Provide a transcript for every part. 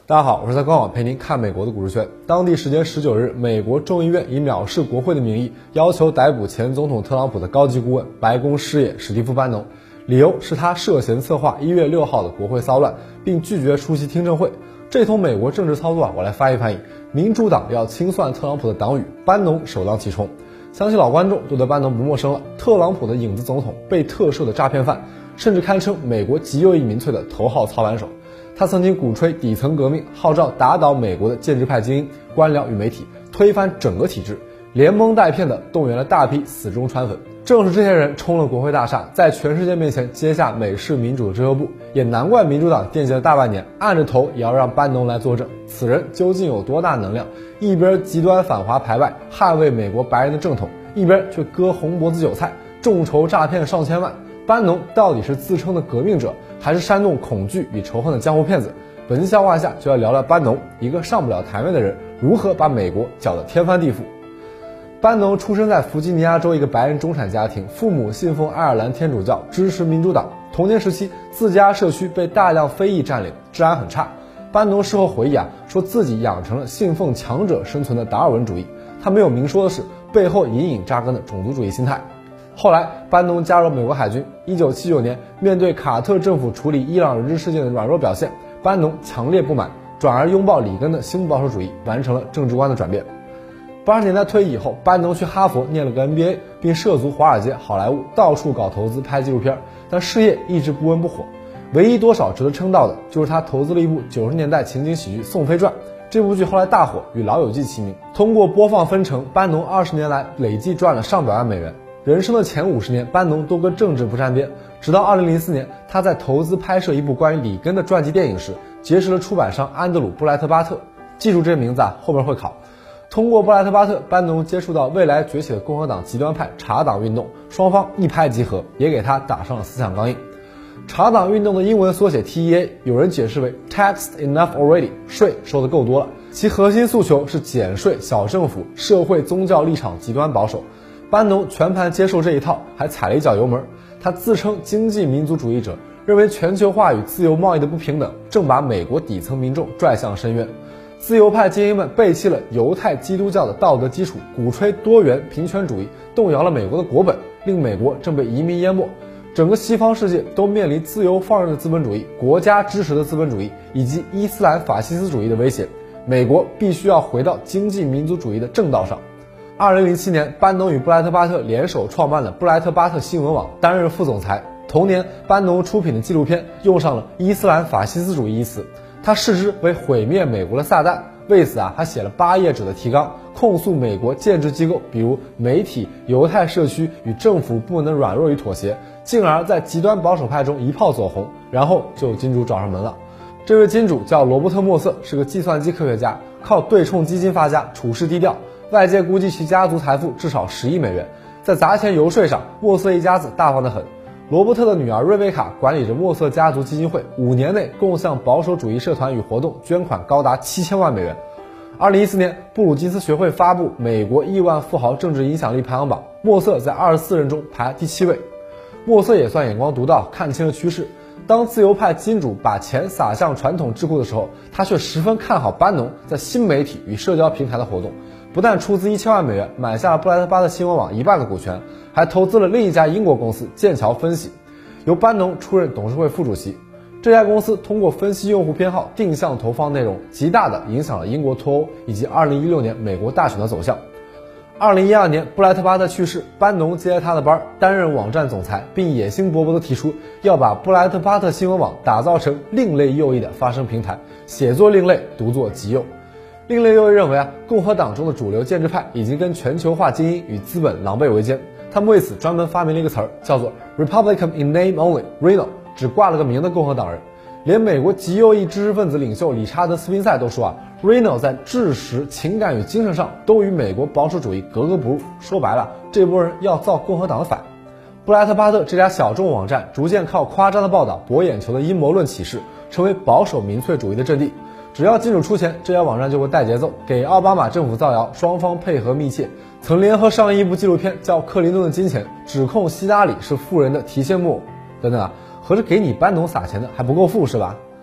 大家好，我是在官网陪您看美国的股市圈。当地时间19日，美国众议院以藐视国会的名义，要求逮捕前总统特朗普的高级顾问、白宫事业史蒂夫·班农，理由是他涉嫌策划1月6号的国会骚乱，并拒绝出席听证会。这通美国政治操作我来翻译翻译。民主党要清算特朗普的党羽，班农首当其冲。相信老观众都对班农不陌生了，特朗普的影子总统，被特赦的诈骗犯，甚至堪称美国极右翼民粹的头号操盘手。他曾经鼓吹底层革命，号召打倒美国的建制派精英、官僚与媒体，推翻整个体制，连蒙带骗的动员了大批死忠川粉。正是这些人冲了国会大厦，在全世界面前揭下美式民主的遮羞布，也难怪民主党惦记了大半年，按着头也要让班农来作证。此人究竟有多大能量？一边极端反华排外，捍卫美国白人的正统，一边却割红脖子韭菜，众筹诈骗上千万。班农到底是自称的革命者，还是煽动恐惧与仇恨的江湖骗子？本期笑话下就要聊聊班农，一个上不了台面的人，如何把美国搅得天翻地覆。班农出生在弗吉尼亚州一个白人中产家庭，父母信奉爱尔兰天主教，支持民主党。童年时期，自家社区被大量非裔占领，治安很差。班农事后回忆说自己养成了信奉强者生存的达尔文主义。他没有明说的是，背后隐隐扎根的种族主义心态。后来，班农加入美国海军。1979年，面对卡特政府处理伊朗人质事件的软弱表现，班农强烈不满，转而拥抱里根的新保守主义，完成了政治观的转变。80年代退役以后，班农去哈佛念了个 MBA， 并涉足华尔街、好莱坞，到处搞投资、拍纪录片，但事业一直不温不火。唯一多少值得称道的，就是他投资了一部90年代情景喜剧《宋飞传》。这部剧后来大火，与《老友记》齐名。通过播放分成，班农20年来累计赚了上百万美元。人生的前50年，班农都跟政治不沾边。直到2004年，他在投资拍摄一部关于里根的传记电影时，结识了出版商安德鲁·布莱特巴特。记住这个名字后面会考。通过布莱特巴特，班农接触到未来崛起的共和党极端派茶党运动，双方一拍即合，也给他打上了思想钢印。茶党运动的英文缩写 TEA， 有人解释为 Taxed Enough Already， 税收的够多了。其核心诉求是减税、小政府、社会宗教立场极端保守。班农全盘接受这一套，还踩了一脚油门。他自称经济民族主义者，认为全球化与自由贸易的不平等正把美国底层民众拽向深渊。自由派精英们背弃了犹太基督教的道德基础，鼓吹多元平权主义，动摇了美国的国本，令美国正被移民淹没。整个西方世界都面临自由放任的资本主义、国家支持的资本主义以及伊斯兰法西斯主义的威胁。美国必须要回到经济民族主义的正道上。2007年，班农与布莱特巴特联手创办了布莱特巴特新闻网，担任副总裁。同年，班农出品的纪录片用上了伊斯兰法西斯主义一词，他视之为毁灭美国的撒旦。为此他写了8页纸的提纲，控诉美国建制机构，比如媒体、犹太社区与政府不能软弱与妥协，进而在极端保守派中一炮走红，然后就有金主找上门了。这位金主叫罗伯特·莫瑟，是个计算机科学家，靠对冲基金发家，处事低调。外界估计其家族财富至少10亿美元，在砸钱游说上，莫瑟一家子大方得很。罗伯特的女儿瑞贝卡管理着莫瑟家族基金会，5年内共向保守主义社团与活动捐款高达7000万美元。2014年，布鲁金斯学会发布美国亿万富豪政治影响力排行榜，莫瑟在24人中排第7位。莫瑟也算眼光独到，看清了趋势。当自由派金主把钱撒向传统智库的时候，他却十分看好班农在新媒体与社交平台的活动，不但出资1000万美元买下了布莱特巴特新闻网1半的股权，还投资了另一家英国公司剑桥分析，由班农出任董事会副主席。这家公司通过分析用户偏好、定向投放内容，极大地影响了英国脱欧以及2016年美国大选的走向。2012年，布莱特巴特去世，班农接了他的班，担任网站总裁，并野心勃勃地提出要把布莱特巴特新闻网打造成另类右翼的发声平台，写作另类，读作极右。另类右翼认为共和党中的主流建制派已经跟全球化精英与资本狼狈为奸，他们为此专门发明了一个词儿，叫做 Republican in name only Rhino， 只挂了个名的共和党人。连美国极右翼知识分子领袖理查德·斯宾塞都说Rhino 在知识、情感与精神上都与美国保守主义格格不入。说白了，这波人要造共和党的反。布莱特巴特这家小众网站逐渐靠夸张的报道、博眼球的阴谋论起势，成为保守民粹主义的阵地。只要金主出钱，这家网站就会带节奏，给奥巴马政府造谣，双方配合密切，曾联合上映一部纪录片叫《克林顿的金钱》，指控希拉里是富人的提线木偶等等合着给你班农撒钱的还不够富是吧？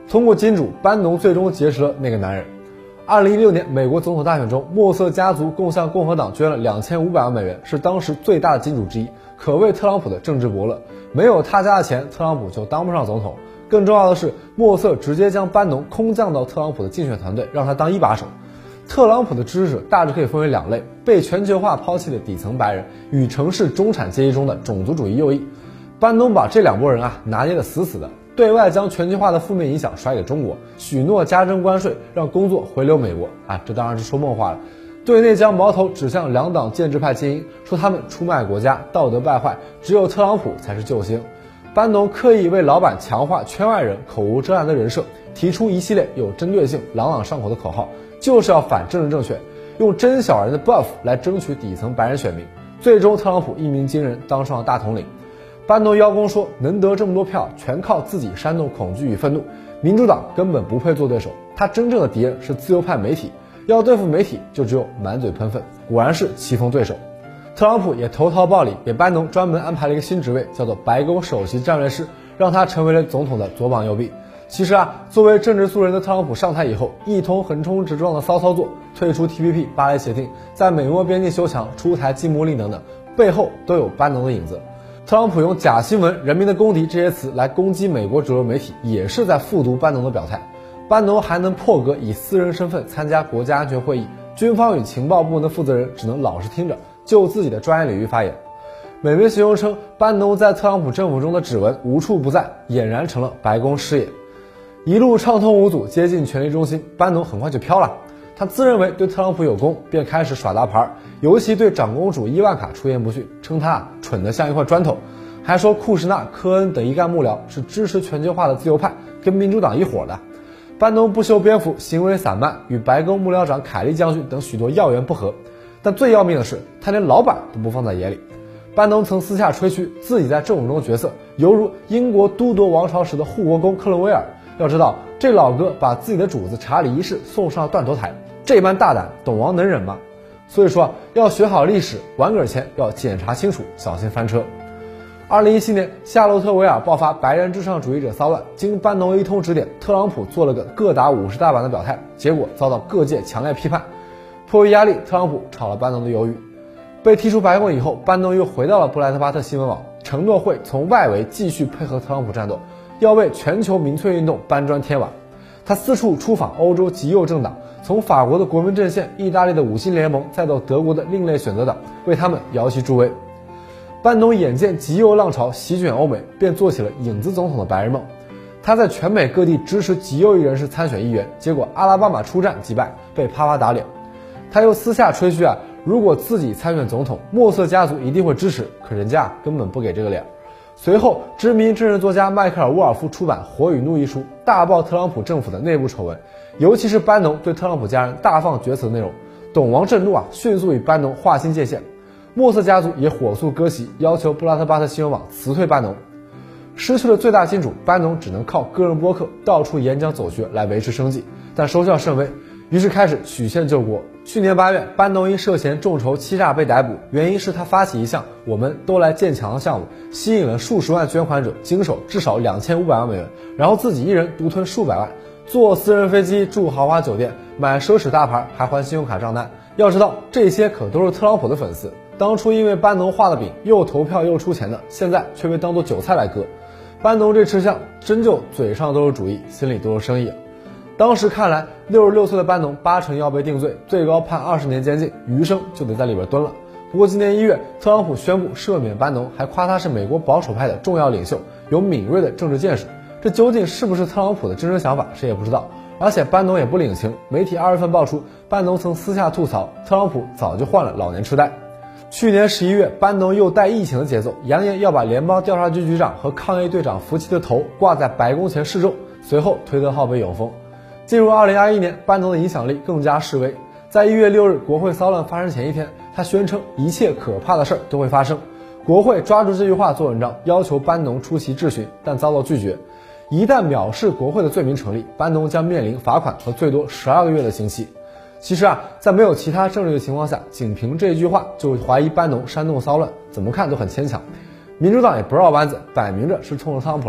通过金主，班农最终结识了那个男人。2016年美国总统大选中，默瑟家族共向共和党捐了2500万美元，是当时最大的金主之一，可谓特朗普的政治伯乐。没有他家的钱，特朗普就当不上总统。更重要的是，默瑟直接将班农空降到特朗普的竞选团队，让他当一把手。特朗普的支持者大致可以分为两类：被全球化抛弃的底层白人与城市中产阶级中的种族主义右翼。班农把这两拨人拿捏得死死的，对外将全球化的负面影响甩给中国，许诺加征关税，让工作回流美国这当然是说梦话了。对内将矛头指向两党建制派精英，说他们出卖国家，道德败坏，只有特朗普才是救星。班农刻意为老板强化圈外人口无遮拦的人设，提出一系列有针对性、朗朗上口的口号，就是要反政治正确，用真小人的 buff 来争取底层白人选民。最终特朗普一鸣惊人，当上了大统领。班农邀功说，能得这么多票全靠自己煽动恐惧与愤怒，民主党根本不配做对手，他真正的敌人是自由派媒体，要对付媒体就只有满嘴喷粪，果然是棋逢对手。特朗普也投桃报李，给班农专门安排了一个新职位，叫做白宫首席战略师，让他成为了总统的左膀右臂。其实作为政治素人的特朗普上台以后，一通横冲直撞的骚操作，退出 TPP 巴黎协定，在美墨边境修墙，出台禁牧令等等，背后都有班农的影子。特朗普用假新闻、人民的公敌这些词来攻击美国主流媒体，也是在复读班农的表态。班农还能破格以私人身份参加国家安全会议，军方与情报部门的负责人只能老实听着，就自己的专业领域发言。美媒形容称，班农在特朗普政府中的指纹无处不在，俨然成了白宫师爷。一路畅通无阻接近权力中心，班农很快就飘了。他自认为对特朗普有功，便开始耍大牌，尤其对长公主伊万卡出言不逊，称她蠢得像一块砖头，还说库什纳、科恩等一干幕僚是支持全球化的自由派，跟民主党一伙的。班农不修边幅，行为散漫，与白宫幕僚长凯利将军等许多要员不合。但最要命的是，他连老板都不放在眼里。班农曾私下吹嘘自己在政府中的角色犹如英国都铎王朝时的护国公克伦威尔。要知道，这老哥把自己的主子查理一世送上了断头台，这般大胆，董王能忍吗？所以说，要学好历史，玩梗前要检查清楚，小心翻车。2017年，夏洛特维尔爆发白人至上主义者骚乱，经班农一通指点，特朗普做了个各打50大板的表态，结果遭到各界强烈批判。迫于压力，特朗普炒了班农的鱿鱼。被踢出白宫以后，班农又回到了布莱特巴特新闻网，承诺会从外围继续配合特朗普战斗，要为全球民粹运动搬砖添瓦。他四处出访欧洲极右政党，从法国的国民阵线、意大利的五星联盟，再到德国的另类选择党，为他们摇旗助威。班农眼见极右浪潮席卷欧美，便做起了影子总统的白日梦。他在全美各地支持极右翼人士参选议员，结果阿拉巴马出战击败，被啪啪打脸。他又私下吹嘘如果自己参选总统，默瑟家族一定会支持，可人家根本不给这个脸。随后，知名政治作家迈克尔·沃尔夫出版《火与怒》一书，大爆特朗普政府的内部丑闻，尤其是班农对特朗普家人大放厥词的内容。董王震怒迅速与班农划清界限。默瑟家族也火速割席，要求布拉特巴特新闻网辞退班农。失去了最大金主，班农只能靠个人播客到处演讲走学来维持生计，但收效甚微，于是开始曲线救国。去年8月，班农因涉嫌众筹欺诈被逮捕，原因是他发起一项我们都来建墙的项目，吸引了数十万捐款者，经手至少2500万美元，然后自己一人独吞数百万，坐私人飞机，住豪华酒店，买奢侈大牌，还还信用卡账单。要知道，这些可都是特朗普的粉丝，当初因为班农画的饼，又投票又出钱的，现在却被当作韭菜来割。班农这吃相真就嘴上都是主意，心里都是生意。当时看来，66岁的班农80%要被定罪，最高判20年监禁，余生就得在里边蹲了。不过今年1月，特朗普宣布赦免班农，还夸他是美国保守派的重要领袖，有敏锐的政治见识。这究竟是不是特朗普的真实想法，谁也不知道。而且班农也不领情，媒体2月份爆出，班农曾私下吐槽，特朗普早就患了老年痴呆。去年11月，班农又带疫情的节奏，扬言要把联邦调查局局长和抗疫队长福奇的头挂在白宫前示众，随后推特号被永封。进入2021年，班农的影响力更加式微。在1月6日国会骚乱发生前一天，他宣称一切可怕的事儿都会发生。国会抓住这句话做文章，要求班农出席质询，但遭到拒绝。一旦藐视国会的罪名成立，班农将面临罚款和最多12个月的刑期。其实在没有其他证据的情况下，仅凭这句话就怀疑班农煽动骚乱，怎么看都很牵强。民主党也不绕弯子，摆明着是冲着特朗普来，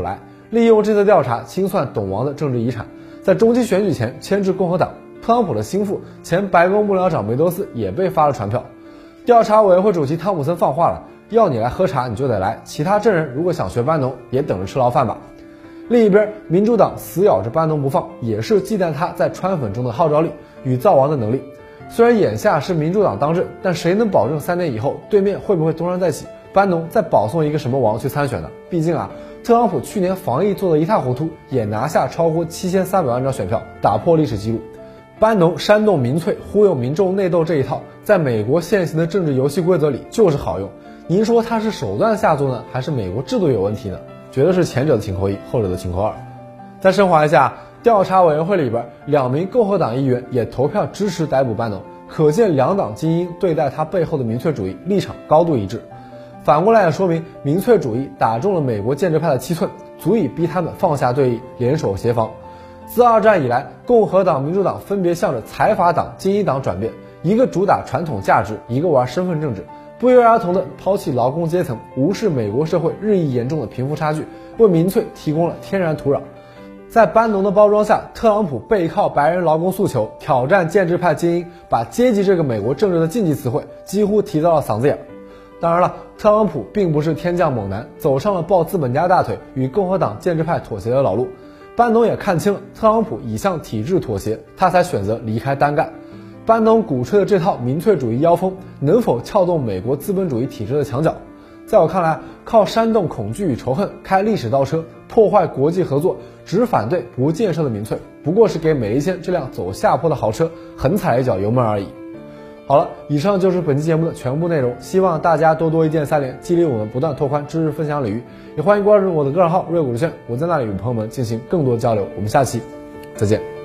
利用这次调查清算董王的政治遗产。在中期选举前牵制共和党，特朗普的心腹前白宫幕僚长梅多斯也被发了传票。调查委员会主席汤姆森放话了，要你来喝茶你就得来，其他证人如果想学班农，也等着吃牢饭吧。另一边，民主党死咬着班农不放，也是忌惮他在川粉中的号召力与造王的能力。虽然眼下是民主党当政，但谁能保证3年以后对面会不会东山再起，班农再保送一个什么王去参选呢？毕竟特朗普去年防疫做得一塌糊涂，也拿下超过7300万张选票，打破历史记录。班农煽动民粹、忽悠民众内斗这一套，在美国现行的政治游戏规则里就是好用。您说他是手段下作呢，还是美国制度有问题呢？觉得是前者的情扣1，后者的情扣2。再升华一下，调查委员会里边2名共和党议员也投票支持逮捕班农，可见两党精英对待他背后的民粹主义立场高度一致。反过来也说明民粹主义打中了美国建制派的7寸，足以逼他们放下对立，联手协防。自2战以来，共和党、民主党分别向着财阀党、精英党转变，一个主打传统价值，一个玩身份政治，不约而同地抛弃劳工阶层，无视美国社会日益严重的贫富差距，为民粹提供了天然土壤。在班农的包装下，特朗普背靠白人劳工诉求，挑战建制派精英，把阶级这个美国政治的禁忌词汇几乎提到了嗓子眼。当然了，特朗普并不是天降猛男，走上了抱资本家大腿与共和党建制派妥协的老路。班农也看清了特朗普已向体制妥协，他才选择离开单干。班农鼓吹的这套民粹主义妖风，能否撬动美国资本主义体制的墙角？在我看来，靠煽动恐惧与仇恨，开历史倒车，破坏国际合作，只反对不建设的民粹，不过是给美利坚这辆走下坡的豪车狠踩一脚油门而已。好了，以上就是本期节目的全部内容，希望大家多多一键3连，激励我们不断拓宽知识分享领域。也欢迎关注我的个人号锐股之轩，我在那里与朋友们进行更多交流。我们下期再见。